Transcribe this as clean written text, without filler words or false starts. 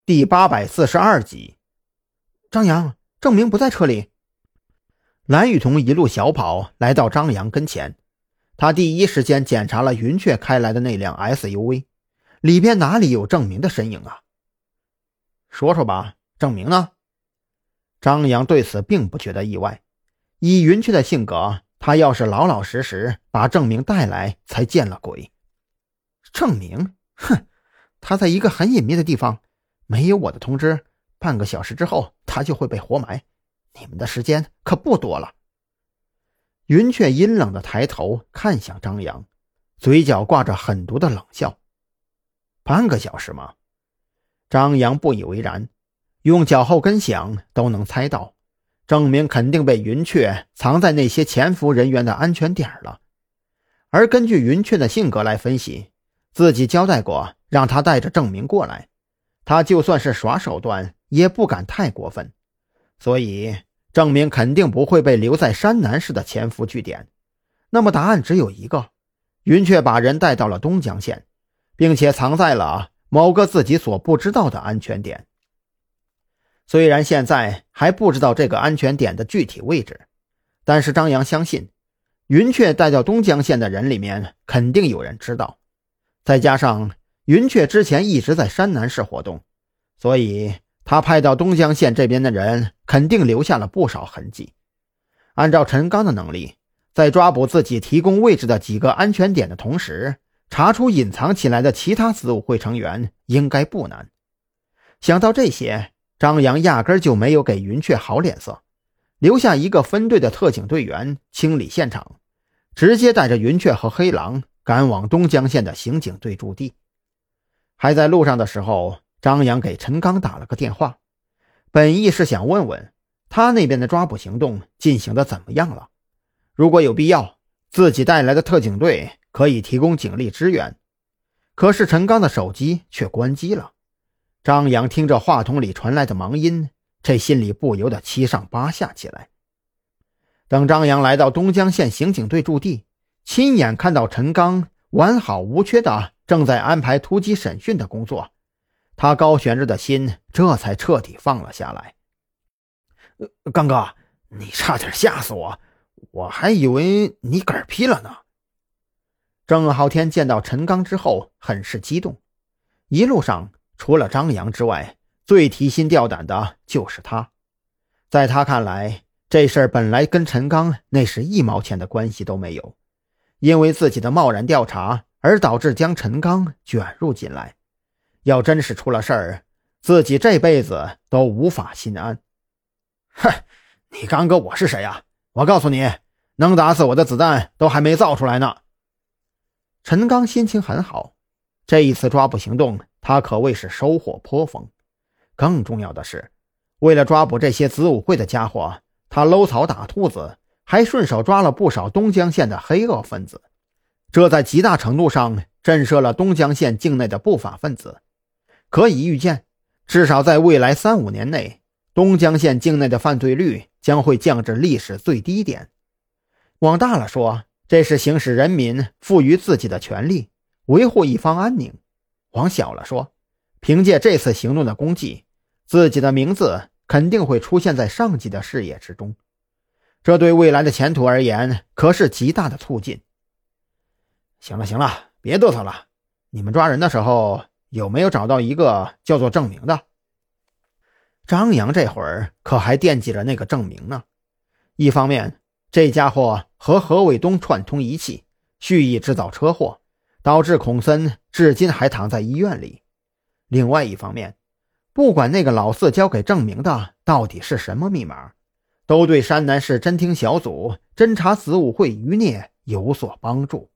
第842集。张扬，郑明不在车里。蓝雨桐一路小跑来到张扬跟前，他第一时间检查了云雀开来的那辆 SUV， 里边哪里有郑明的身影啊？说说吧，郑明呢？张扬对此并不觉得意外，以云雀的性格，他要是老老实实把郑明带来才见了鬼。郑明？哼，他在一个很隐秘的地方，没有我的通知，半个小时之后他就会被活埋，你们的时间可不多了。云雀阴冷的抬头看向张扬，嘴角挂着狠毒的冷笑。半个小时吗？张扬不以为然，用脚后跟想都能猜到，郑明肯定被云雀藏在那些潜伏人员的安全点了。而根据云雀的性格来分析，自己交代过让他带着郑明过来，他就算是耍手段也不敢太过分，所以郑明肯定不会被留在山南市的潜伏据点。那么答案只有一个，云雀把人带到了东江县，并且藏在了某个自己所不知道的安全点。虽然现在还不知道这个安全点的具体位置，但是张扬相信云雀带到东江县的人里面肯定有人知道，再加上云雀之前一直在山南市活动，所以他派到东江县这边的人肯定留下了不少痕迹。按照陈刚的能力，在抓捕自己提供位置的几个安全点的同时，查出隐藏起来的其他子午会成员应该不难。想到这些，张扬压根就没有给云雀好脸色，留下一个分队的特警队员清理现场，直接带着云雀和黑狼赶往东江县的刑警队驻地。还在路上的时候，张扬给陈刚打了个电话，本意是想问问他那边的抓捕行动进行的怎么样了，如果有必要，自己带来的特警队可以提供警力支援。可是陈刚的手机却关机了。张扬听着话筒里传来的忙音，这心里不由得七上八下起来。等张扬来到东江县刑警队驻地，亲眼看到陈刚完好无缺的正在安排突击审讯的工作，他高悬着的心这才彻底放了下来。刚哥，你差点吓死我，我还以为你嗝屁了呢。郑浩天见到陈刚之后很是激动，一路上除了张扬之外，最提心吊胆的就是他。在他看来，这事儿本来跟陈刚那是一毛钱的关系都没有，因为自己的贸然调查而导致将陈刚卷入进来，要真是出了事儿，自己这辈子都无法心安。哼，你刚哥我是谁啊？我告诉你，能打死我的子弹都还没造出来呢。陈刚心情很好，这一次抓捕行动他可谓是收获颇丰。更重要的是，为了抓捕这些子午会的家伙，他搂草打兔子，还顺手抓了不少东江县的黑恶分子，这在极大程度上震慑了东江县境内的不法分子。可以预见，至少在未来3-5年内，东江县境内的犯罪率将会降至历史最低点。往大了说，这是行使人民赋予自己的权利，维护一方安宁。往小了说，凭借这次行动的功绩，自己的名字肯定会出现在上级的视野之中，这对未来的前途而言可是极大的促进。行了，别嘚瑟了，你们抓人的时候有没有找到一个叫做郑明的？张扬这会儿可还惦记着那个郑明呢。一方面，这家伙和何伟东串通一气，蓄意制造车祸，导致孔森至今还躺在医院里。另外一方面，不管那个老四交给郑明的到底是什么密码，都对山南市侦听小组侦查子午会余孽有所帮助。